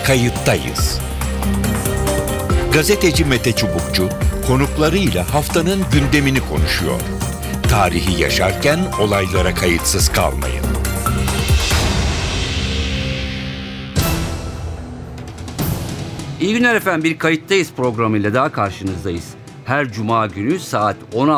Kayıttayız. Gazeteci Mete Çubukçu konuklarıyla haftanın gündemini konuşuyor. Tarihi yaşarken olaylara kayıtsız kalmayın. İyi günler efendim, bir Kayıttayız programıyla daha karşınızdayız. Her cuma günü saat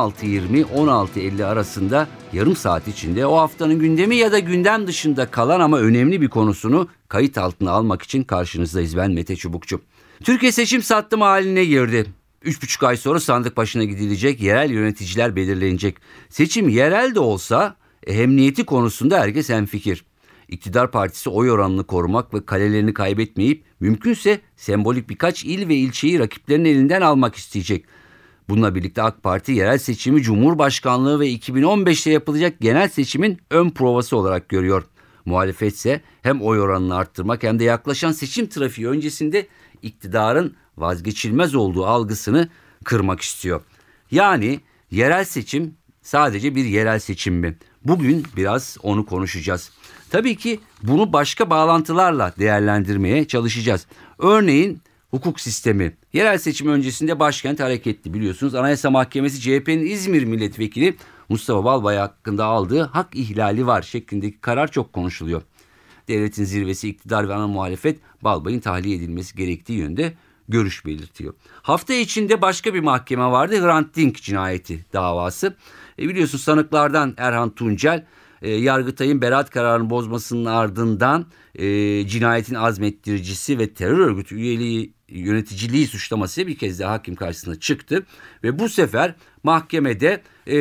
16.20-16.50 arasında yarım saat içinde o haftanın gündemi ya da gündem dışında kalan ama önemli bir konusunu kayıt altına almak için karşınızdayız. Ben Mete Çubukçu. Türkiye seçim sattım haline girdi. 3,5 ay sonra sandık başına gidilecek, yerel yöneticiler belirlenecek. Seçim yerel de olsa ehemmiyeti konusunda herkes hemfikir. İktidar partisi oy oranını korumak ve kalelerini kaybetmeyip mümkünse sembolik birkaç il ve ilçeyi rakiplerinin elinden almak isteyecek. Bununla birlikte AK Parti yerel seçimi Cumhurbaşkanlığı ve 2015'te yapılacak genel seçimin ön provası olarak görüyor. Muhalefet ise hem oy oranını arttırmak hem de yaklaşan seçim trafiği öncesinde iktidarın vazgeçilmez olduğu algısını kırmak istiyor. Yani yerel seçim sadece bir yerel seçim mi? Bugün biraz onu konuşacağız. Tabii ki bunu başka bağlantılarla değerlendirmeye çalışacağız. Örneğin hukuk sistemi. Yerel seçim öncesinde başkent hareketli, biliyorsunuz. Anayasa Mahkemesi CHP'nin İzmir Milletvekili Mustafa Balbay hakkında aldığı hak ihlali var şeklindeki karar çok konuşuluyor. Devletin zirvesi iktidar ve ana muhalefet Balbay'ın tahliye edilmesi gerektiği yönde görüş belirtiyor. Hafta içinde başka bir mahkeme vardı, Hrant Dink cinayeti davası. Biliyorsunuz sanıklardan Erhan Tuncel, Yargıtay'ın beraat kararını bozmasının ardından cinayetin azmettiricisi ve terör örgütü üyeliği yöneticiliği suçlamasıyla bir kez daha hakim karşısına çıktı. Ve bu sefer mahkemede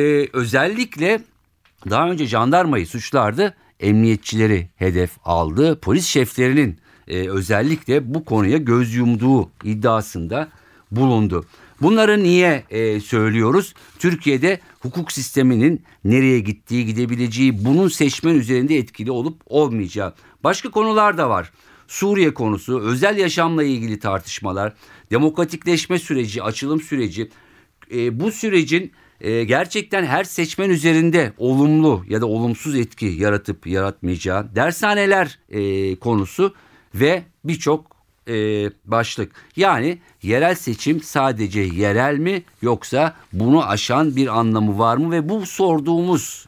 özellikle daha önce jandarmayı suçlardı, emniyetçileri hedef aldı. Polis şeflerinin özellikle bu konuya göz yumduğu iddiasında bulundu. Bunları niye söylüyoruz? Türkiye'de hukuk sisteminin nereye gittiği, gidebileceği, bunun seçmen üzerinde etkili olup olmayacağı. Başka konular da var. Suriye konusu, özel yaşamla ilgili tartışmalar, demokratikleşme süreci, açılım süreci. Bu sürecin gerçekten her seçmen üzerinde olumlu ya da olumsuz etki yaratıp yaratmayacağı, dershaneler konusu ve birçok başlık. Yani yerel seçim sadece yerel mi, yoksa bunu aşan bir anlamı var mı? Ve bu sorduğumuz,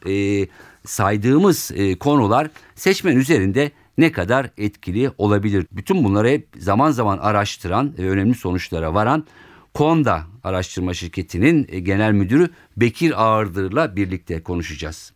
saydığımız konular seçmen üzerinde ne kadar etkili olabilir? Bütün bunları hep zaman zaman araştıran ve önemli sonuçlara varan KONDA Araştırma Şirketi'nin genel müdürü Bekir Ağırdır'la birlikte konuşacağız.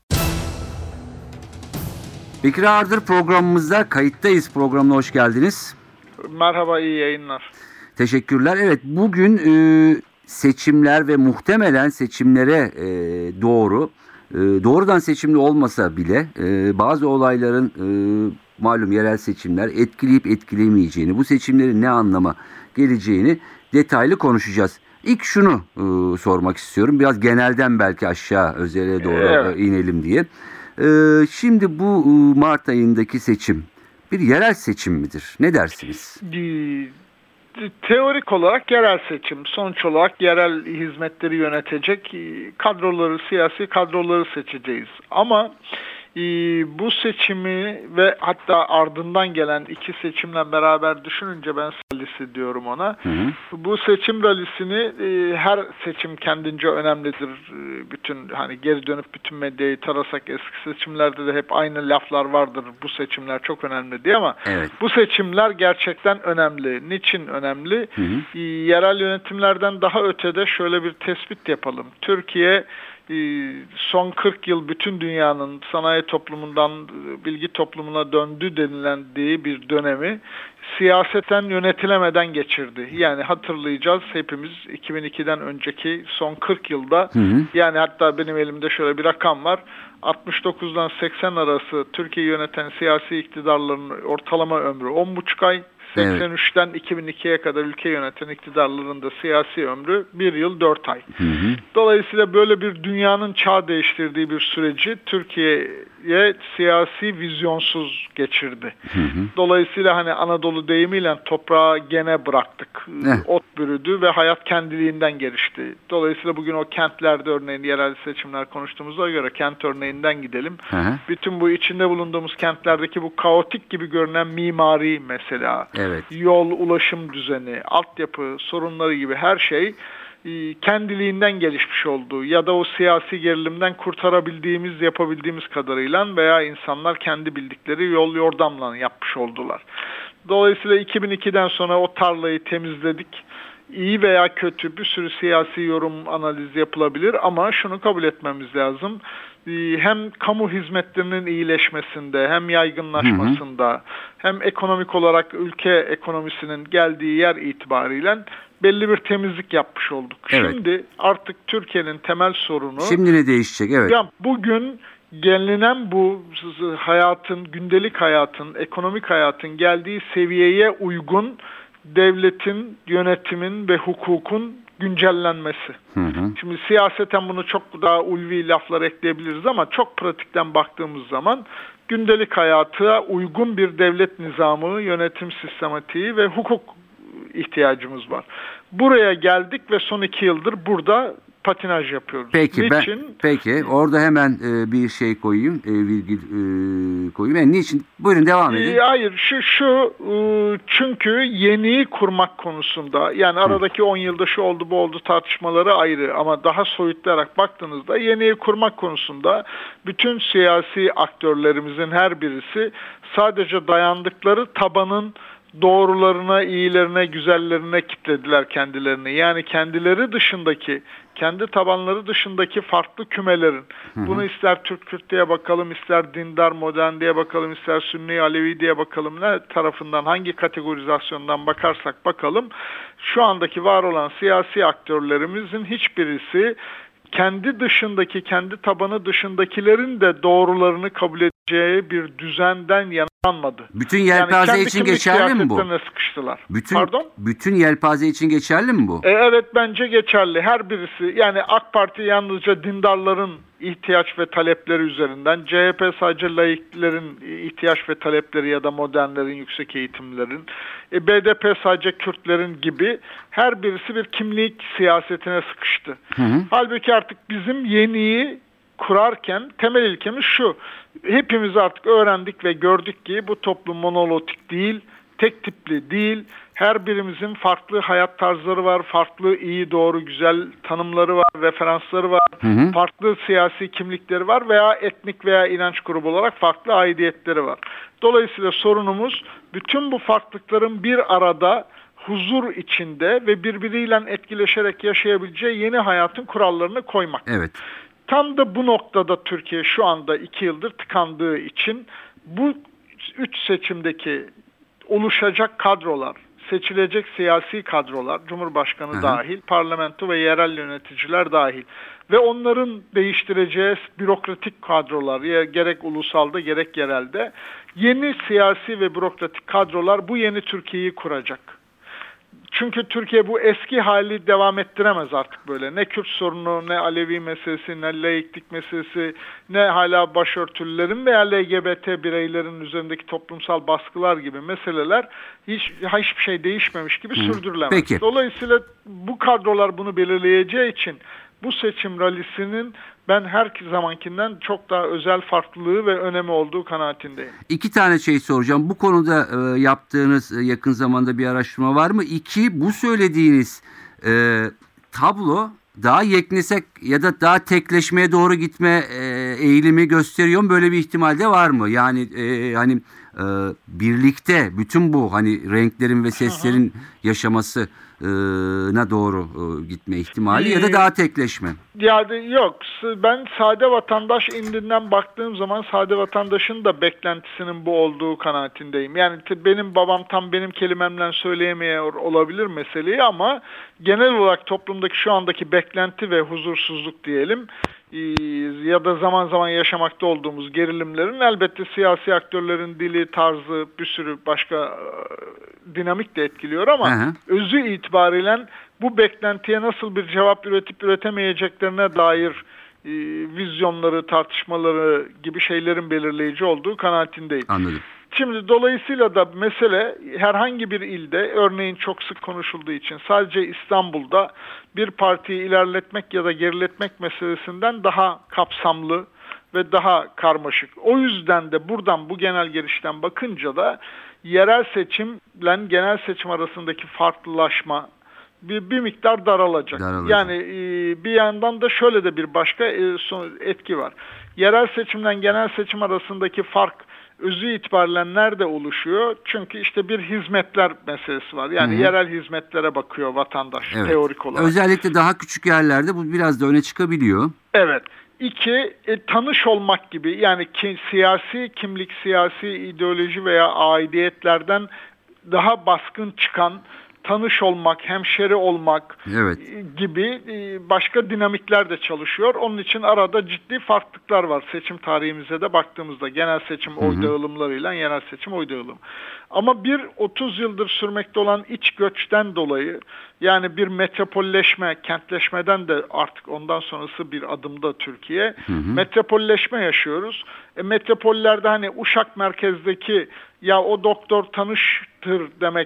Bekir Ağırdır programımızda Kayıttayız programına hoş geldiniz. Merhaba, iyi yayınlar. Teşekkürler. Evet, bugün seçimler ve muhtemelen seçimlere doğrudan seçimli olmasa bile bazı olayların malum yerel seçimler etkileyip etkilemeyeceğini, bu seçimlerin ne anlama geleceğini detaylı konuşacağız. İlk şunu sormak istiyorum. Biraz genelden belki aşağı özele doğru inelim diye. Şimdi bu Mart ayındaki seçim bir yerel seçim midir? Ne dersiniz? Teorik olarak yerel seçim. Sonuç olarak yerel hizmetleri yönetecek siyasi kadroları seçeceğiz. Ama bu seçimi ve hatta ardından gelen iki seçimle beraber düşününce ben rallisi diyorum ona. Bu seçim rallisini her seçim kendince önemlidir. Bütün geri dönüp bütün medyayı tarasak eski seçimlerde de hep aynı laflar vardır. Bu seçimler çok önemli diye ama bu seçimler gerçekten önemli. Niçin önemli? Yerel yönetimlerden daha ötede şöyle bir tespit yapalım. Türkiye son 40 yıl bütün dünyanın sanayi toplumundan bilgi toplumuna döndü denilendiği bir dönemi siyaseten yönetilemeden geçirdi. Yani hatırlayacağız hepimiz 2002'den önceki son 40 yılda yani hatta benim elimde şöyle bir rakam var. 69'dan 80 arası Türkiye yöneten siyasi iktidarların ortalama ömrü 10,5 ay. 83'ten 2002'ye kadar ülke yöneten iktidarların da siyasi ömrü 1 yıl 4 ay. Dolayısıyla böyle bir dünyanın çağ değiştirdiği bir süreci Türkiye siyasi vizyonsuz geçirdi. Dolayısıyla hani Anadolu deyimiyle toprağı gene bıraktık. Ot bürüdü ve hayat kendiliğinden gelişti. Dolayısıyla bugün o kentlerde örneğin yerel seçimler konuştuğumuza göre kent örneğinden gidelim. Bütün bu içinde bulunduğumuz kentlerdeki bu kaotik gibi görünen mimari mesela, yol, ulaşım düzeni, altyapı sorunları gibi her şey kendiliğinden gelişmiş olduğu ya da o siyasi gerilimden kurtarabildiğimiz, yapabildiğimiz kadarıyla veya insanlar kendi bildikleri yol yordamla yapmış oldular. Dolayısıyla 2002'den sonra o tarlayı temizledik. İyi veya kötü bir sürü siyasi yorum, analiz yapılabilir ama şunu kabul etmemiz lazım. Hem kamu hizmetlerinin iyileşmesinde, hem yaygınlaşmasında, hem ekonomik olarak ülke ekonomisinin geldiği yer itibariyle belli bir temizlik yapmış olduk. Şimdi artık Türkiye'nin temel sorunu... Şimdi ne değişecek? Ya bugün gelinen bu hayatın, gündelik hayatın, ekonomik hayatın geldiği seviyeye uygun devletin, yönetimin ve hukukun güncellenmesi. Şimdi siyaseten bunu çok daha ulvi laflar ekleyebiliriz ama çok pratikten baktığımız zaman gündelik hayata uygun bir devlet nizamı, yönetim sistematiği ve hukuk ihtiyacımız var. Buraya geldik ve son 2 yıldır burada patinaj yapıyoruz. Peki orada hemen bir şey koyayım, virgül koyayım. Niçin? Buyurun devam edin. Hayır, çünkü yeniyi kurmak konusunda yani aradaki 10 yılda şu oldu bu oldu tartışmaları ayrı ama daha soyutlayarak baktığınızda yeniyi kurmak konusunda bütün siyasi aktörlerimizin her birisi sadece dayandıkları tabanın doğrularına, iyilerine, güzellerine kitlediler kendilerini. Yani kendileri dışındaki, kendi tabanları dışındaki farklı kümelerin, bunu ister Türk-Kürt diye bakalım, ister dindar, modern diye bakalım, ister Sünni, Alevi diye bakalım, ne tarafından, hangi kategorizasyondan bakarsak bakalım, şu andaki var olan siyasi aktörlerimizin hiçbirisi kendi dışındaki, kendi tabanı dışındakilerin de doğrularını kabul edeceği bir düzenden yanılmadı. Bütün yelpaze için geçerli mi bu? Sıkıştılar. Bütün yelpaze için geçerli mi bu? Evet bence geçerli. Her birisi yani AK Parti yalnızca dindarların ihtiyaç ve talepleri üzerinden, CHP sadece laiklerin ihtiyaç ve talepleri ya da modernlerin, yüksek eğitimlerin, BDP sadece Kürtlerin gibi her birisi bir kimlik siyasetine sıkıştı. Halbuki artık bizim yeniyi kurarken temel ilkemiz şu: hepimiz artık öğrendik ve gördük ki bu toplum monolitik değil, tek tipli değil. Her birimizin farklı hayat tarzları var, farklı iyi, doğru, güzel tanımları var, referansları var, farklı siyasi kimlikleri var veya etnik veya inanç grubu olarak farklı aidiyetleri var. Dolayısıyla sorunumuz bütün bu farklılıkların bir arada huzur içinde ve birbiriyle etkileşerek yaşayabileceği yeni hayatın kurallarını koymak. Tam da bu noktada Türkiye şu anda 2 yıldır tıkandığı için bu 3 seçimdeki oluşacak kadrolar, seçilecek siyasi kadrolar, Cumhurbaşkanı dahil, parlamento ve yerel yöneticiler dahil ve onların değiştireceği bürokratik kadrolar, gerek ulusalda gerek yerelde, yeni siyasi ve bürokratik kadrolar bu yeni Türkiye'yi kuracak. Çünkü Türkiye bu eski hali devam ettiremez artık böyle. Ne Kürt sorunu, ne Alevi meselesi, ne laiklik meselesi, ne hala başörtülülerin veya LGBT bireylerin üzerindeki toplumsal baskılar gibi meseleler hiçbir şey değişmemiş gibi sürdürülemez. Dolayısıyla bu kadrolar bunu belirleyeceği için bu seçim rallisinin ben her zamankinden çok daha özel farklılığı ve önemi olduğu kanaatindeyim. 2 tane şey soracağım. Bu konuda yaptığınız yakın zamanda bir araştırma var mı? 2, bu söylediğiniz tablo daha yeknesek ya da daha tekleşmeye doğru gitme eğilimi gösteriyor mu? Böyle bir ihtimal de var mı? Yani birlikte bütün bu renklerin ve seslerin yaşamasına doğru gitme ihtimali ya da daha tekleşme. Yani yok. Ben sade vatandaş indinden baktığım zaman sade vatandaşın da beklentisinin bu olduğu kanaatindeyim. Yani benim babam tam benim kelimemle söyleyemiyor olabilir meseleyi ama genel olarak toplumdaki şu andaki beklenti ve huzursuzluk diyelim ya da zaman zaman yaşamakta olduğumuz gerilimlerin elbette siyasi aktörlerin dili, tarzı, bir sürü başka dinamik de etkiliyor ama özü itibariyle bu beklentiye nasıl bir cevap üretip üretemeyeceklerine dair vizyonları, tartışmaları gibi şeylerin belirleyici olduğu kanaatindeyim. Anladım. Şimdi dolayısıyla da mesele herhangi bir ilde, örneğin çok sık konuşulduğu için sadece İstanbul'da bir partiyi ilerletmek ya da geriletmek meselesinden daha kapsamlı ve daha karmaşık. O yüzden de buradan, bu genel girişten bakınca da yerel seçimle genel seçim arasındaki farklılaşma bir miktar daralacak. Yani bir yandan da şöyle de bir başka etki var. Yerel seçimle genel seçim arasındaki fark özü itibariyle nerede oluşuyor? Çünkü işte bir hizmetler meselesi var. Yani yerel hizmetlere bakıyor vatandaş teorik olarak. Özellikle daha küçük yerlerde bu biraz da öne çıkabiliyor. Evet. İki, tanış olmak gibi, yani siyasi kimlik, siyasi ideoloji veya aidiyetlerden daha baskın çıkan, tanış olmak, hemşeri olmak gibi başka dinamikler de çalışıyor. Onun için arada ciddi farklılıklar var. Seçim tarihimize de baktığımızda genel seçim oy dağılımlarıyla yerel seçim oy dağılımı. Ama 30 yıldır sürmekte olan iç göçten dolayı, yani bir metropolleşme, kentleşmeden de artık ondan sonrası bir adımda Türkiye, metropolleşme yaşıyoruz. Metropollerde hani Uşak merkezdeki ya o doktor tanıştır demek,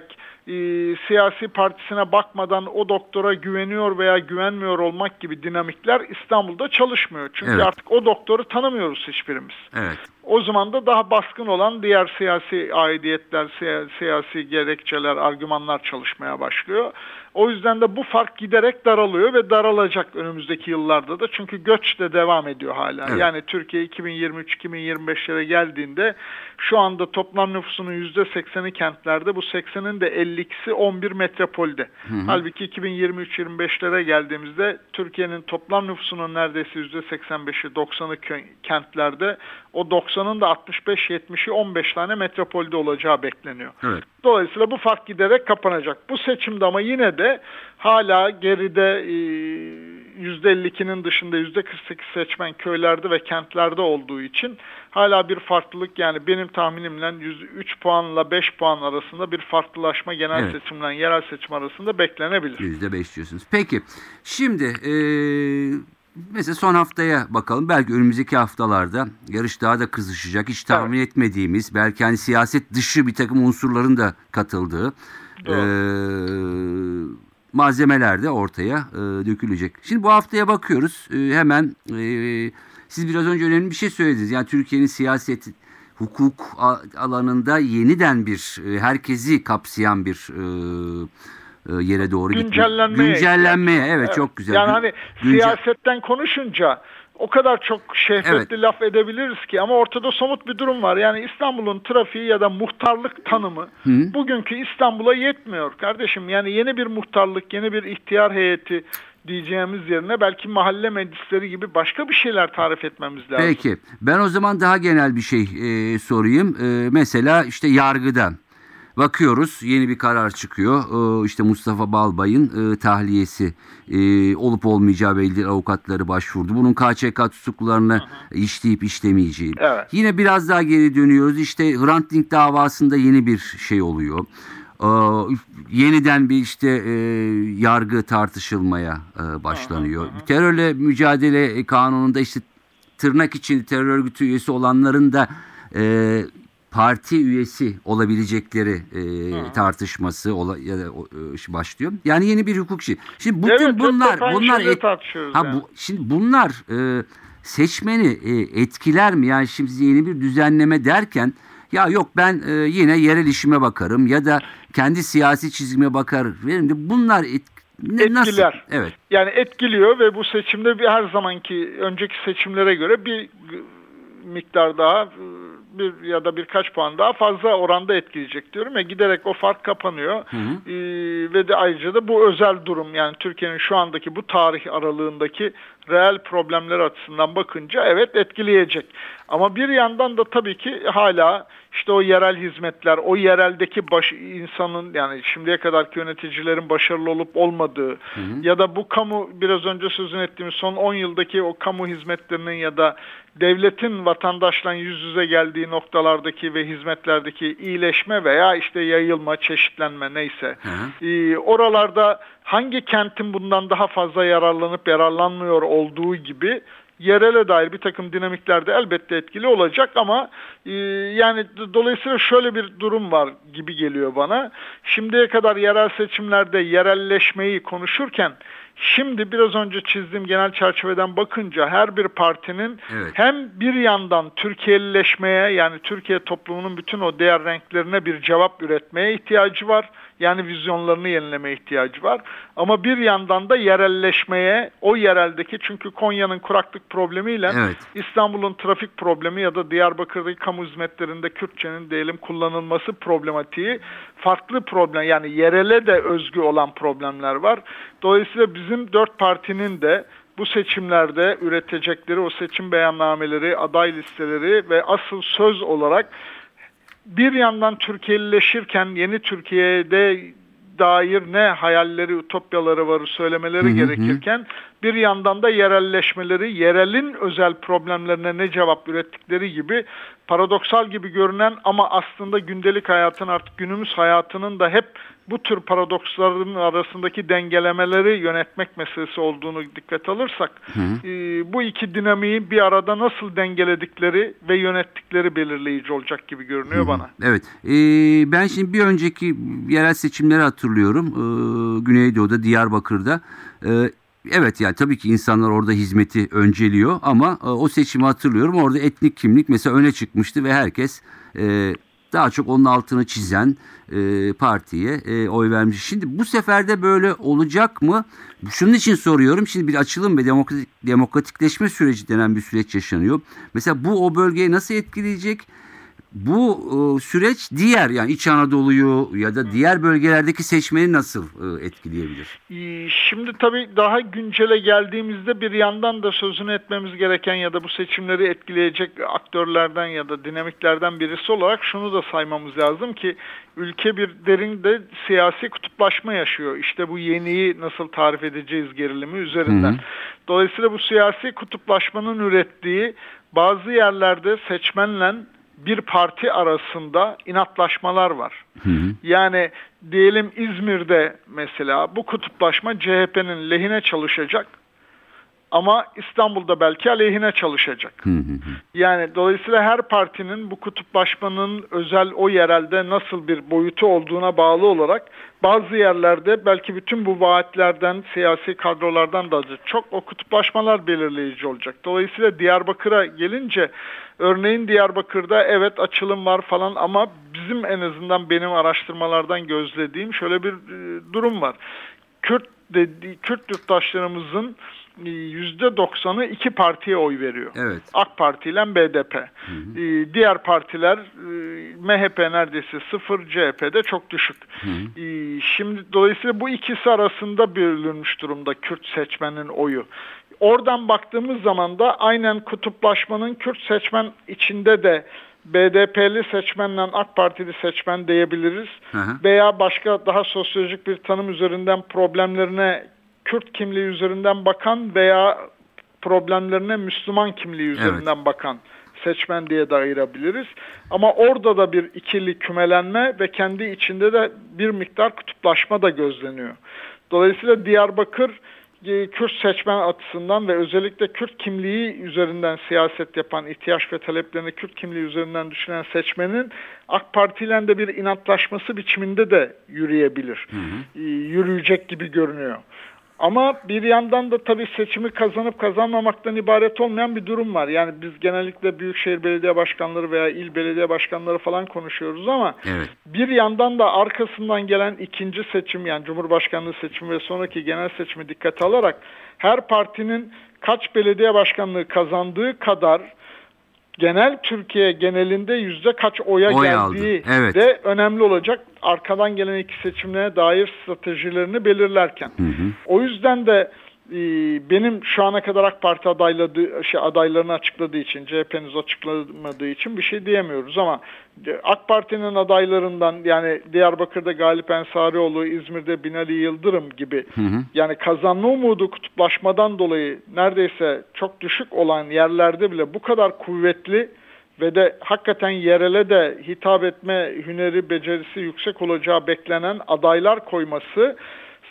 siyasi partisine bakmadan o doktora güveniyor veya güvenmiyor olmak gibi dinamikler İstanbul'da çalışmıyor. Çünkü artık o doktoru tanımıyoruz hiçbirimiz. O zaman da daha baskın olan diğer siyasi aidiyetler, siyasi gerekçeler, argümanlar çalışmaya başlıyor. O yüzden de bu fark giderek daralıyor ve daralacak önümüzdeki yıllarda da. Çünkü göç de devam ediyor hala. Yani Türkiye 2023-2025'lere geldiğinde şu anda toplam nüfusunun %80'i kentlerde, bu 80'in de 52'si 11 metropolde. Halbuki 2023-25'lere geldiğimizde Türkiye'nin toplam nüfusunun neredeyse %85'i, 90'ı kentlerde, o 90'ın da 65-70'i 15 tane metropolde olacağı bekleniyor. Dolayısıyla bu fark giderek kapanacak. Bu seçimde ama yine de hala geride %52'nin dışında %48 seçmen köylerde ve kentlerde olduğu için hala bir farklılık, yani benim tahminimle 3 puanla 5 puan arasında bir farklılaşma genel seçimle yerel seçim arasında beklenebilir. %5 diyorsunuz. Peki şimdi mesela son haftaya bakalım. Belki önümüzdeki haftalarda yarış daha da kızışacak. Hiç tahmin etmediğimiz, belki hani siyaset dışı bir takım unsurların da katıldığı malzemeler de ortaya dökülecek. Şimdi bu haftaya bakıyoruz. Hemen siz biraz önce önemli bir şey söylediniz. Yani Türkiye'nin siyaset, hukuk alanında yeniden bir herkesi kapsayan bir yere doğru güncellenmeye. Evet, çok güzel. Yani hani siyasetten konuşunca o kadar çok şehvetli laf edebiliriz ki, ama ortada somut bir durum var. Yani İstanbul'un trafiği ya da muhtarlık tanımı bugünkü İstanbul'a yetmiyor kardeşim. Yani yeni bir muhtarlık, yeni bir ihtiyar heyeti diyeceğimiz yerine belki mahalle meclisleri gibi başka bir şeyler tarif etmemiz lazım. Peki. Ben o zaman daha genel bir şey sorayım. Mesela işte yargıdan. Bakıyoruz, yeni bir karar çıkıyor. İşte Mustafa Balbay'ın tahliyesi olup olmayacağı belli değil, avukatları başvurdu. Bunun KÇK tutuklularına işleyip işlemeyeceği. Yine biraz daha geri dönüyoruz. İşte Hrant Dink davasında yeni bir şey oluyor. Yeniden bir işte yargı tartışılmaya başlanıyor. Terörle mücadele kanununda işte tırnak içinde terör örgütü üyesi olanların da parti üyesi olabilecekleri tartışması başlıyor. Yani yeni bir hukuk şey. Şimdi bütün şimdi bunlar seçmeni etkiler mi? Yani şimdi yeni bir düzenleme derken, ya yok ben yine yerel işime bakarım ya da kendi siyasi çizgime bakar. Bunlar etkiler. Nasıl? Yani etkiliyor ve bu seçimde her zamanki önceki seçimlere göre bir miktar daha, bir ya da birkaç puan daha fazla oranda etkileyecek diyorum ya, giderek o fark kapanıyor. Ve de ayrıca da bu özel durum, yani Türkiye'nin şu andaki bu tarih aralığındaki reel problemler açısından bakınca evet etkileyecek. Ama bir yandan da tabii ki hala işte o yerel hizmetler, o yereldeki insanın, yani şimdiye kadarki yöneticilerin başarılı olup olmadığı ya da bu kamu, biraz önce sözünü ettiğimiz son 10 yıldaki o kamu hizmetlerinin ya da devletin vatandaşla yüz yüze geldiği noktalardaki ve hizmetlerdeki iyileşme veya işte yayılma, çeşitlenme neyse. Oralarda hangi kentin bundan daha fazla yararlanıp yararlanmıyor olduğu gibi yerele dair bir takım dinamikler de elbette etkili olacak ama yani dolayısıyla şöyle bir durum var gibi geliyor bana. Şimdiye kadar yerel seçimlerde yerelleşmeyi konuşurken şimdi biraz önce çizdiğim genel çerçeveden bakınca her bir partinin hem bir yandan Türkiye'lileşmeye, yani Türkiye toplumunun bütün o değer renklerine bir cevap üretmeye ihtiyacı var. Yani vizyonlarını yenilemeye ihtiyacı var. Ama bir yandan da yerelleşmeye, o yereldeki, çünkü Konya'nın kuraklık problemiyle İstanbul'un trafik problemi ya da Diyarbakır'daki kamu hizmetlerinde Kürtçenin diyelim kullanılması problematiği farklı problem, yani yerele de özgü olan problemler var. Dolayısıyla bizim 4 partinin de bu seçimlerde üretecekleri o seçim beyannameleri, aday listeleri ve asıl söz olarak bir yandan Türkiye'lileşirken yeni Türkiye'de dair ne hayalleri, ütopyaları var söylemeleri gerekirken bir yandan da yerelleşmeleri, yerelin özel problemlerine ne cevap ürettikleri gibi paradoksal gibi görünen ama aslında gündelik hayatın, artık günümüz hayatının da hep bu tür paradoksların arasındaki dengelemeleri yönetmek meselesi olduğunu dikkat alırsak bu iki dinamiği bir arada nasıl dengeledikleri ve yönettikleri belirleyici olacak gibi görünüyor bana. Evet. Ben şimdi bir önceki yerel seçimleri hatırlıyorum. Güneydoğu'da, Diyarbakır'da. Evet, yani tabii ki insanlar orada hizmeti önceliyor ama o seçimi hatırlıyorum. Orada etnik kimlik mesela öne çıkmıştı ve herkes daha çok onun altını çizen partiye oy vermiş. Şimdi bu sefer de böyle olacak mı? Şunun için soruyorum. Şimdi bir açılım ve demokratikleşme süreci denen bir süreç yaşanıyor. Mesela bu o bölgeyi nasıl etkileyecek? Bu süreç diğer, yani İç Anadolu'yu ya da diğer bölgelerdeki seçmeni nasıl etkileyebilir? Şimdi tabii daha güncele geldiğimizde bir yandan da sözünü etmemiz gereken ya da bu seçimleri etkileyecek aktörlerden ya da dinamiklerden birisi olarak şunu da saymamız lazım ki ülke bir derin de siyasi kutuplaşma yaşıyor. İşte bu yeniyi nasıl tarif edeceğiz gerilimi üzerinden. Dolayısıyla bu siyasi kutuplaşmanın ürettiği bazı yerlerde seçmenle bir parti arasında inatlaşmalar var. Yani diyelim İzmir'de mesela bu kutuplaşma CHP'nin lehine çalışacak ama İstanbul'da belki aleyhine çalışacak. Yani dolayısıyla her partinin bu kutuplaşmanın özel o yerelde nasıl bir boyutu olduğuna bağlı olarak bazı yerlerde belki bütün bu vaatlerden, siyasi kadrolardan da çok o kutuplaşmalar belirleyici olacak. Dolayısıyla Diyarbakır'a gelince örneğin Diyarbakır'da evet açılım var falan ama bizim en azından benim araştırmalardan gözlediğim şöyle bir durum var. Kürt yurttaşlarımızın %90'ı iki partiye oy veriyor. AK Parti ile BDP. Diğer partiler MHP neredeyse 0, CHP'de çok düşük. Şimdi dolayısıyla bu ikisi arasında bölünmüş durumda Kürt seçmenin oyu. Oradan baktığımız zaman da aynen kutuplaşmanın Kürt seçmen içinde de BDP'li seçmenle AK Partili seçmen diyebiliriz. Veya başka daha sosyolojik bir tanım üzerinden problemlerine Kürt kimliği üzerinden bakan veya problemlerine Müslüman kimliği üzerinden bakan seçmen diye de ayırabiliriz. Ama orada da bir ikili kümelenme ve kendi içinde de bir miktar kutuplaşma da gözleniyor. Dolayısıyla Diyarbakır Kürt seçmen açısından ve özellikle Kürt kimliği üzerinden siyaset yapan, ihtiyaç ve taleplerini Kürt kimliği üzerinden düşünen seçmenin AK Parti ile de bir inatlaşması biçiminde de yürüyebilir. Yürüyecek gibi görünüyor. Ama bir yandan da tabii seçimi kazanıp kazanmamaktan ibaret olmayan bir durum var. Yani biz genellikle büyükşehir belediye başkanları veya il belediye başkanları falan konuşuyoruz ama bir yandan da arkasından gelen ikinci seçim, yani Cumhurbaşkanlığı seçimi ve sonraki genel seçimi dikkate alarak her partinin kaç belediye başkanlığı kazandığı kadar genel Türkiye genelinde yüzde kaç oya geldiği de önemli olacak. Arkadan gelen iki seçimlere dair stratejilerini belirlerken. O yüzden de benim şu ana kadar AK Parti adaylarını açıkladığı için, CHP'niz açıklamadığı için bir şey diyemiyoruz ama AK Parti'nin adaylarından, yani Diyarbakır'da Galip Ensarioğlu, İzmir'de Binali Yıldırım gibi yani kazanma umudu kutuplaşmadan dolayı neredeyse çok düşük olan yerlerde bile bu kadar kuvvetli ve de hakikaten yerele de hitap etme hüneri, becerisi yüksek olacağı beklenen adaylar koyması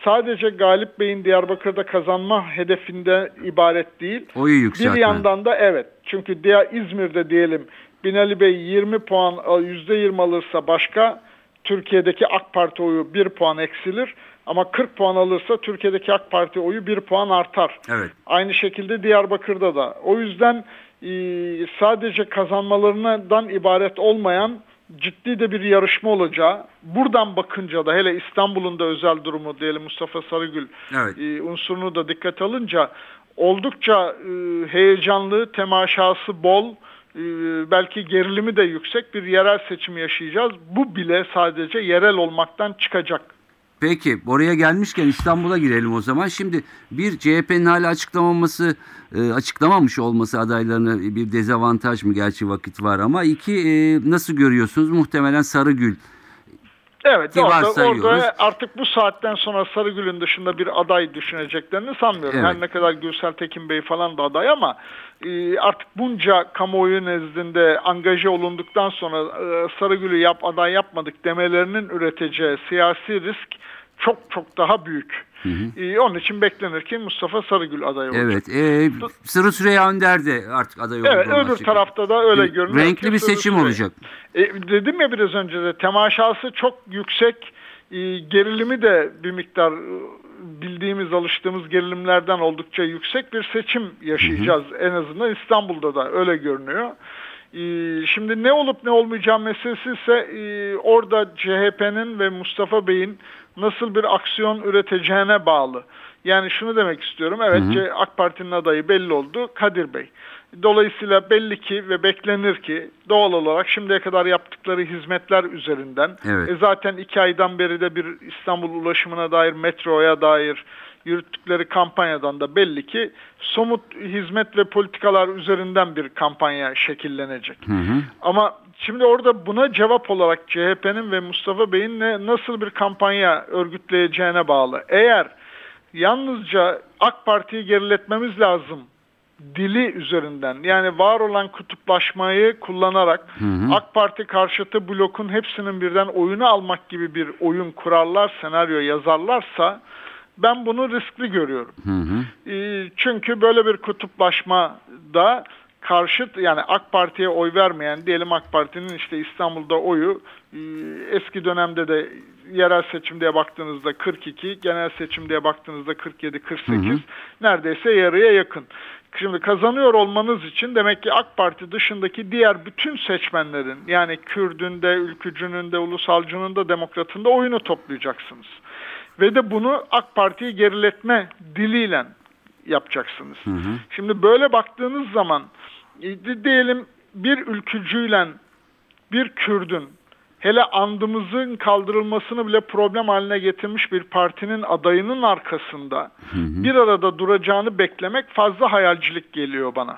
sadece Galip Bey'in Diyarbakır'da kazanma hedefinde ibaret değil. Oyu yükseltme. Bir yandan da evet. Çünkü İzmir'de diyelim Binali Bey 20 puan %20 alırsa başka, Türkiye'deki AK Parti oyu 1 puan eksilir. Ama 40 puan alırsa Türkiye'deki AK Parti oyu 1 puan artar. Evet. Aynı şekilde Diyarbakır'da da. O yüzden sadece kazanmalarından ibaret olmayan ciddi de bir yarışma olacağı, buradan bakınca da hele İstanbul'un da özel durumu diyelim Mustafa Sarıgül Evet. unsurunu da dikkate alınca oldukça heyecanlı, temaşası bol, belki gerilimi de yüksek bir yerel seçim yaşayacağız. Bu bile sadece yerel olmaktan çıkacak. Peki oraya gelmişken İstanbul'a girelim o zaman. Şimdi bir, CHP'nin hala açıklamamış olması adaylarını bir dezavantaj mı? Gerçi vakit var ama. İki, nasıl görüyorsunuz? Muhtemelen Sarıgül. Evet, Ki orada artık bu saatten sonra Sarıgül'ün dışında bir aday düşüneceklerini sanmıyorum. Evet. Her ne kadar Gürsel Tekin Bey falan da aday ama artık bunca kamuoyu nezdinde angaje olunduktan sonra Sarıgül'ü aday yapmadık demelerinin üreteceği siyasi risk çok çok daha büyük. Onun için beklenir ki Mustafa Sarıgül aday olacak. Evet. Sırrı Süreyya Önder de artık aday oldu. Evet, öbür tarafta da öyle görünüyor. Renkli bir seçim olacak. Dedim ya biraz önce de, temaşası çok yüksek, gerilimi de bir miktar bildiğimiz, alıştığımız gerilimlerden oldukça yüksek bir seçim yaşayacağız. En azından İstanbul'da da öyle görünüyor. Şimdi ne olup ne olmayacağı meselesi ise orada CHP'nin ve Mustafa Bey'in nasıl bir aksiyon üreteceğine bağlı. Yani şunu demek istiyorum. Evet, AK Parti'nin adayı belli oldu. Kadir Bey. Dolayısıyla belli ki ve beklenir ki doğal olarak şimdiye kadar yaptıkları hizmetler üzerinden, evet. Zaten 2 aydan beri de bir İstanbul ulaşımına dair, metroya dair yürüttükleri kampanyadan da belli ki somut hizmet ve politikalar üzerinden bir kampanya şekillenecek. Ama şimdi orada buna cevap olarak CHP'nin ve Mustafa Bey'in nasıl bir kampanya örgütleyeceğine bağlı. Eğer yalnızca AK Parti'yi geriletmemiz lazım dili üzerinden, yani var olan kutuplaşmayı kullanarak AK Parti karşıtı blokun hepsinin birden oyunu almak gibi bir oyun kurarlar, senaryo yazarlarsa ben bunu riskli görüyorum. Çünkü böyle bir kutuplaşmada karşıt, yani AK Parti'ye oy vermeyen, diyelim AK Parti'nin işte İstanbul'da oyu eski dönemde de yerel seçimde baktığınızda 42, genel seçimde baktığınızda 47-48, neredeyse yarıya yakın. Şimdi kazanıyor olmanız için demek ki AK Parti dışındaki diğer bütün seçmenlerin, yani Kürdün de, ülkücünün de, ulusalcının da, demokratın da oyunu toplayacaksınız. Ve de bunu AK Parti'yi geriletme diliyle yapacaksınız. Şimdi böyle baktığınız zaman diyelim bir ülkücüyle bir Kürdün, hele andımızın kaldırılmasını bile problem haline getirmiş bir partinin adayının arkasında bir arada duracağını beklemek fazla hayalcilik geliyor bana.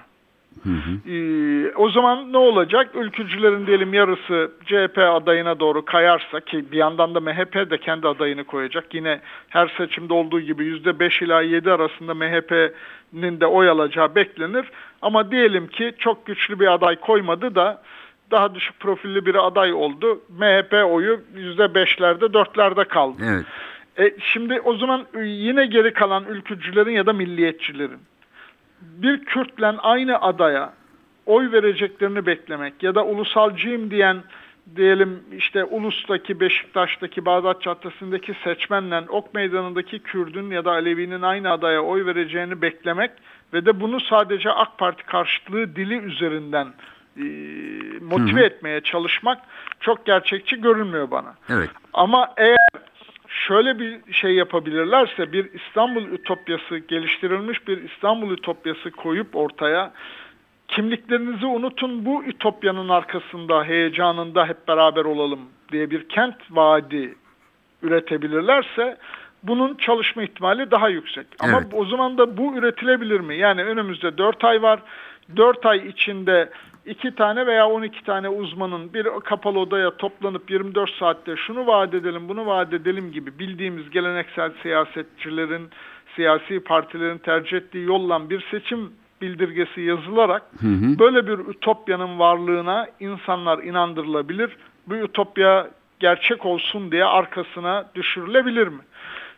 O zaman ne olacak? Ülkücülerin diyelim yarısı CHP adayına doğru kayarsa, ki bir yandan da MHP de kendi adayını koyacak. Yine her seçimde olduğu gibi %5 ila 7 arasında MHP'nin de oy alacağı beklenir. Ama diyelim ki çok güçlü bir aday koymadı da daha düşük profilli bir aday oldu. MHP oyu %5'lerde 4'lerde kaldı. Evet. Şimdi o zaman yine geri kalan ülkücülerin ya da milliyetçilerin bir Kürt'le aynı adaya oy vereceklerini beklemek ya da ulusalcıyım diyen, diyelim işte Ulus'taki, Beşiktaş'taki, Bağdat Caddesi'ndeki seçmenle Ok Meydanı'ndaki Kürdün ya da Alevi'nin aynı adaya oy vereceğini beklemek ve de bunu sadece AK Parti karşıtlığı dili üzerinden motive etmeye çalışmak çok gerçekçi görünmüyor bana. Evet. Ama eğer şöyle bir şey yapabilirlerse, bir İstanbul ütopyası, geliştirilmiş bir İstanbul ütopyası koyup ortaya, kimliklerinizi unutun, bu ütopyanın arkasında, heyecanında hep beraber olalım diye bir kent vaadi üretebilirlerse bunun çalışma ihtimali daha yüksek. Ama evet. O zaman da bu üretilebilir mi? Yani önümüzde 4 ay var. 4 ay içinde 2 tane veya 12 tane uzmanın bir kapalı odaya toplanıp 24 saatte şunu vaat edelim, bunu vaat edelim gibi bildiğimiz geleneksel siyasetçilerin, siyasi partilerin tercih ettiği yolla bir seçim bildirgesi yazılarak böyle bir ütopyanın varlığına insanlar inandırılabilir. Bu ütopya gerçek olsun diye arkasına düşürülebilir mi?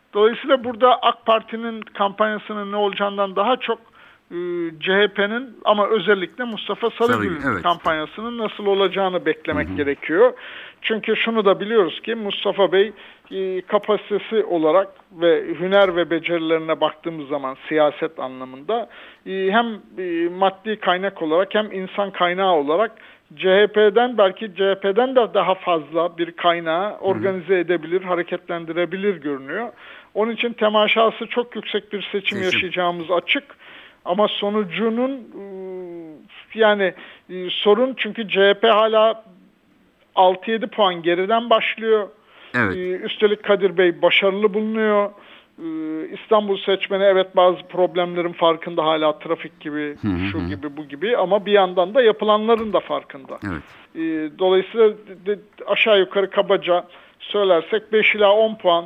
Dolayısıyla burada AK Parti'nin kampanyasının ne olacağından daha çok CHP'nin ama özellikle Mustafa Sarıgül'ün evet. kampanyasının nasıl olacağını beklemek gerekiyor. Çünkü şunu da biliyoruz ki Mustafa Bey kapasitesi olarak ve hüner ve becerilerine baktığımız zaman siyaset anlamında hem maddi kaynak olarak hem insan kaynağı olarak belki CHP'den de daha fazla bir kaynağı organize edebilir, hareketlendirebilir görünüyor. Onun için temaşası çok yüksek bir seçim yaşayacağımız açık. Ama sonucunun sorun, çünkü CHP hala 6-7 puan geriden başlıyor. Evet. Üstelik Kadir Bey başarılı bulunuyor. İstanbul seçmeni evet bazı problemlerin farkında, hala trafik gibi, şu gibi, bu gibi, ama bir yandan da yapılanların da farkında. Evet. Dolayısıyla aşağı yukarı kabaca söylersek 5 ila 10 puan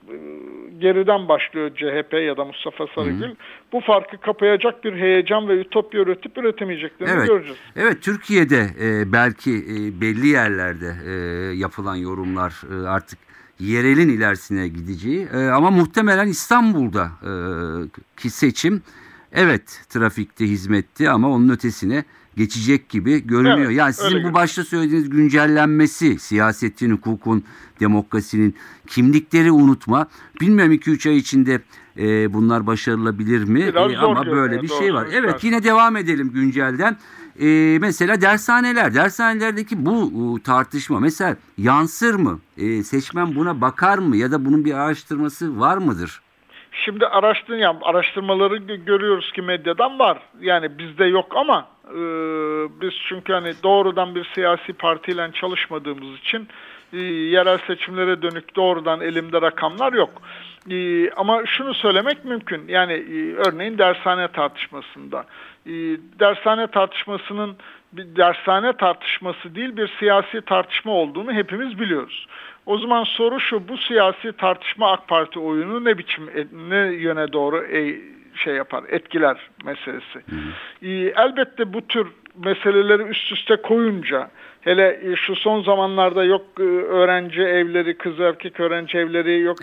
geriden başlıyor CHP ya da Mustafa Sarıgül. Bu farkı kapayacak bir heyecan ve ütopya üretip üretemeyeceklerini göreceğiz. Evet, Türkiye'de belki belli yerlerde yapılan yorumlar artık yerelin ilerisine gideceği ama muhtemelen İstanbul'da ki seçim trafikte, hizmetti ama onun ötesine geçecek gibi görünüyor. Evet, yani sizin bu başta söylediğiniz güncellenmesi, siyasetin, hukukun, demokrasinin, kimlikleri unutma. Bilmiyorum 2-3 ay içinde bunlar başarılabilir mi? Ama böyle bir şey var. Evet, yine devam edelim güncelden. Mesela dershanelerdeki bu tartışma mesela yansır mı? Seçmen buna bakar mı? Ya da bunun bir araştırması var mıdır? Şimdi araştırmaları görüyoruz ki medyadan var. Yani bizde yok ama biz çünkü doğrudan bir siyasi partiyle çalışmadığımız için yerel seçimlere dönük doğrudan elimde rakamlar yok. Ama şunu söylemek mümkün. Yani örneğin dershane tartışmasında. Dershane tartışmasının bir dershane tartışması değil, bir siyasi tartışma olduğunu hepimiz biliyoruz. O zaman soru şu: bu siyasi tartışma AK Parti oyunu ne yöne doğru etkiler meselesi. Elbette bu tür meseleleri üst üste koyunca, hele şu son zamanlarda yok öğrenci evleri, kız erkek öğrenci evleri, yok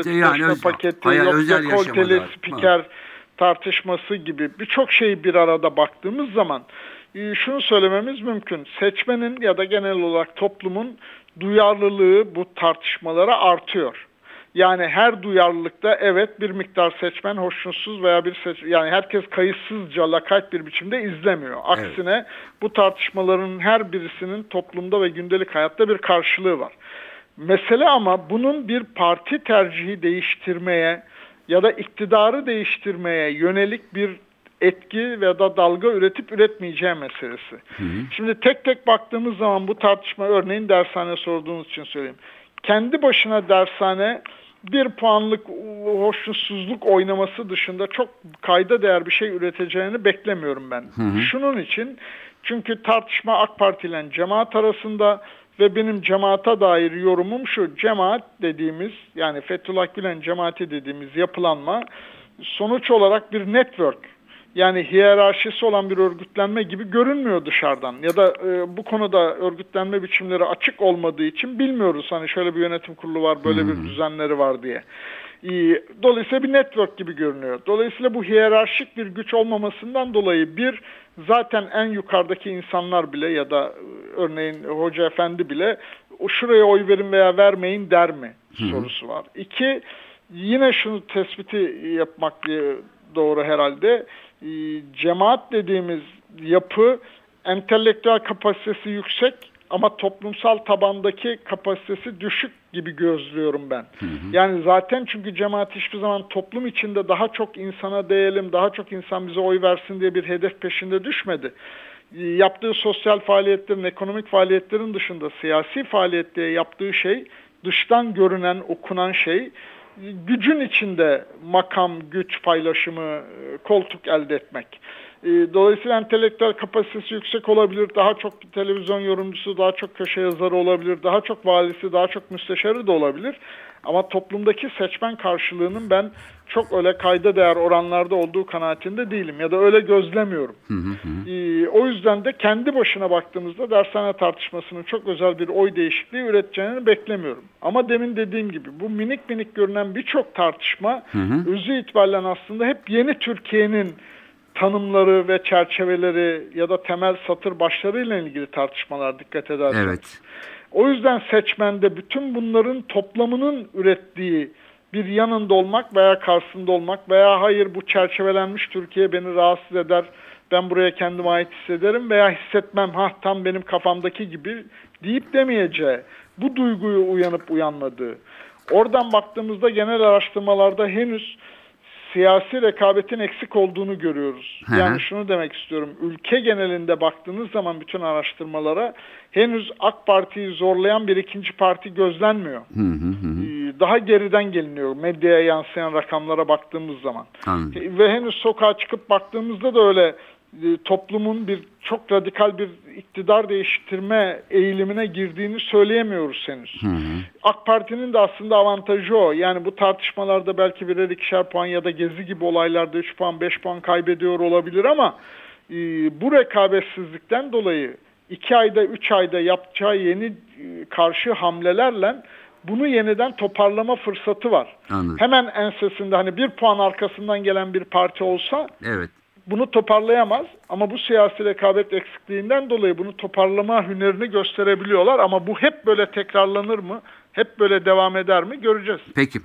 paketi, yok dekolteli spiker tartışması gibi birçok şeyi bir arada baktığımız zaman şunu söylememiz mümkün: seçmenin ya da genel olarak toplumun duyarlılığı bu tartışmalara artıyor. Yani her duyarlılıkta bir miktar seçmen hoşnutsuz veya yani herkes kayıtsızca, lakayt bir biçimde izlemiyor. Aksine bu tartışmaların her birisinin toplumda ve gündelik hayatta bir karşılığı var. Mesele ama bunun bir parti tercihi değiştirmeye ya da iktidarı değiştirmeye yönelik bir etki veya da dalga üretip üretmeyeceği meselesi. Şimdi tek tek baktığımız zaman bu tartışma, örneğin dershane sorduğunuz için söyleyeyim. Kendi başına dershane bir puanlık hoşnutsuzluk oynaması dışında çok kayda değer bir şey üreteceğini beklemiyorum ben. Şunun için, çünkü tartışma AK Parti ile cemaat arasında ve benim cemaate dair yorumum şu: cemaat dediğimiz, yani Fethullah Gülen cemaati dediğimiz yapılanma sonuç olarak bir network, yani hiyerarşisi olan bir örgütlenme gibi görünmüyor dışarıdan. Ya da bu konuda örgütlenme biçimleri açık olmadığı için bilmiyoruz. Şöyle bir yönetim kurulu var, böyle bir düzenleri var diye. Dolayısıyla bir network gibi görünüyor. Dolayısıyla bu hiyerarşik bir güç olmamasından dolayı zaten en yukarıdaki insanlar bile ya da örneğin hoca efendi bile şuraya oy verin veya vermeyin der mi sorusu var. 2, yine şunu tespiti yapmak doğru herhalde: cemaat dediğimiz yapı entelektüel kapasitesi yüksek ama toplumsal tabandaki kapasitesi düşük gibi gözlüyorum ben. Yani zaten çünkü cemaat hiçbir zaman toplum içinde daha çok insana değelim, daha çok insan bize oy versin diye bir hedef peşinde düşmedi. Yaptığı sosyal faaliyetlerin, ekonomik faaliyetlerin dışında siyasi faaliyette yaptığı şey, dıştan görünen, okunan şey, gücün içinde makam, güç paylaşımı, koltuk elde etmek. Dolayısıyla entelektüel kapasitesi yüksek olabilir, daha çok televizyon yorumcusu, daha çok köşe yazarı olabilir, daha çok valisi, daha çok müsteşarı da olabilir. Ama toplumdaki seçmen karşılığının ben çok öyle kayda değer oranlarda olduğu kanaatinde değilim ya da öyle gözlemiyorum. O yüzden de kendi başına baktığımızda dershane tartışmasının çok özel bir oy değişikliği üreteceğini beklemiyorum. Ama demin dediğim gibi bu minik minik görünen birçok tartışma özü itibariyle aslında hep yeni Türkiye'nin tanımları ve çerçeveleri ya da temel satır başlarıyla ilgili tartışmalar, dikkat ederseniz. Evet. O yüzden seçmende bütün bunların toplamının ürettiği bir yanında olmak veya karşısında olmak veya hayır bu çerçevelenmiş Türkiye beni rahatsız eder, ben buraya kendime ait hissederim veya hissetmem, tam benim kafamdaki gibi deyip demeyeceği, bu duyguyu uyanıp uyanmadığı. Oradan baktığımızda genel araştırmalarda henüz siyasi rekabetin eksik olduğunu görüyoruz. Yani şunu demek istiyorum. Ülke genelinde baktığınız zaman bütün araştırmalara henüz AK Parti'yi zorlayan bir ikinci parti gözlenmiyor. Daha geriden geliniyor medyaya yansıyan rakamlara baktığımız zaman. Ve henüz sokağa çıkıp baktığımızda da öyle toplumun bir çok radikal bir iktidar değiştirme eğilimine girdiğini söyleyemiyoruz henüz. AK Parti'nin de aslında avantajı o. Yani bu tartışmalarda belki birer ikişer puan ya da Gezi gibi olaylarda 3 puan 5 puan kaybediyor olabilir ama bu rekabetsizlikten dolayı 2 ayda 3 ayda yapacağı yeni karşı hamlelerle bunu yeniden toparlama fırsatı var. Anladım. Hemen ensesinde hani 1 puan arkasından gelen bir parti olsa bunu toparlayamaz ama bu siyasi rekabet eksikliğinden dolayı bunu toparlama hünerini gösterebiliyorlar ama bu hep böyle tekrarlanır mı? Hep böyle devam eder mi? Göreceğiz. Peki.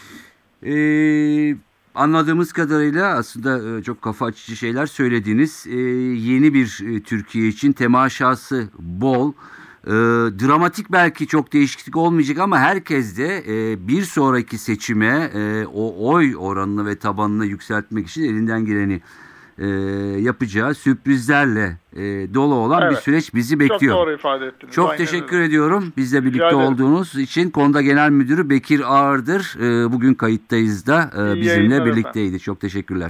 Anladığımız kadarıyla aslında çok kafa açıcı şeyler söylediğiniz yeni bir Türkiye için temaşası bol, dramatik belki çok değişiklik olmayacak ama herkes de bir sonraki seçime o oy oranını ve tabanını yükseltmek için elinden geleni yapacağı sürprizlerle dolu olan bir süreç bizi bekliyor. Çok doğru ifade ettiniz. Çok Aynen teşekkür öyle. ediyorum. Bizle birlikte olduğunuz için. Konda Genel Müdürü Bekir Ağırdır. Bugün kayıttayız da bizimle birlikteydi. Efendim. Çok teşekkürler.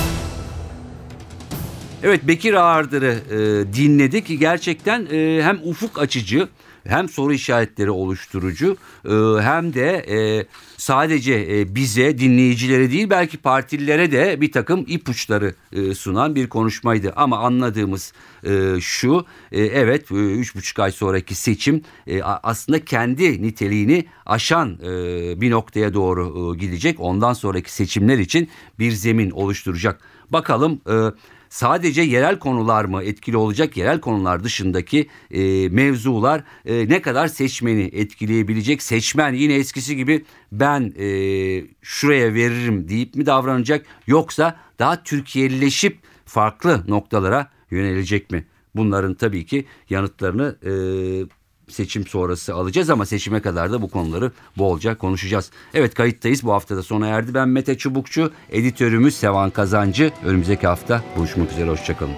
Evet, Bekir Ağırdır'ı dinledik. Gerçekten hem ufuk açıcı hem soru işaretleri oluşturucu hem de sadece bize, dinleyicilere değil belki partililere de bir takım ipuçları sunan bir konuşmaydı. Ama anladığımız şu, evet 3,5 ay sonraki seçim aslında kendi niteliğini aşan bir noktaya doğru gidecek. Ondan sonraki seçimler için bir zemin oluşturacak. Bakalım sadece yerel konular mı etkili olacak? Yerel konular dışındaki mevzular ne kadar seçmeni etkileyebilecek? Seçmen yine eskisi gibi ben şuraya veririm deyip mi davranacak? Yoksa daha Türkiye'lileşip farklı noktalara yönelecek mi? Bunların tabii ki yanıtlarını seçim sonrası alacağız ama seçime kadar da bu konuları bolca konuşacağız. Evet, kayıttayız. Bu hafta da sona erdi. Ben Mete Çubukçu, editörümüz Sevan Kazancı. Önümüzdeki hafta buluşmak üzere. Hoşçakalın.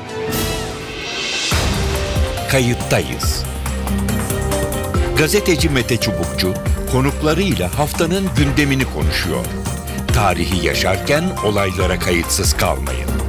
Kayıttayız. Gazeteci Mete Çubukçu konuklarıyla haftanın gündemini konuşuyor. Tarihi yaşarken olaylara kayıtsız kalmayın.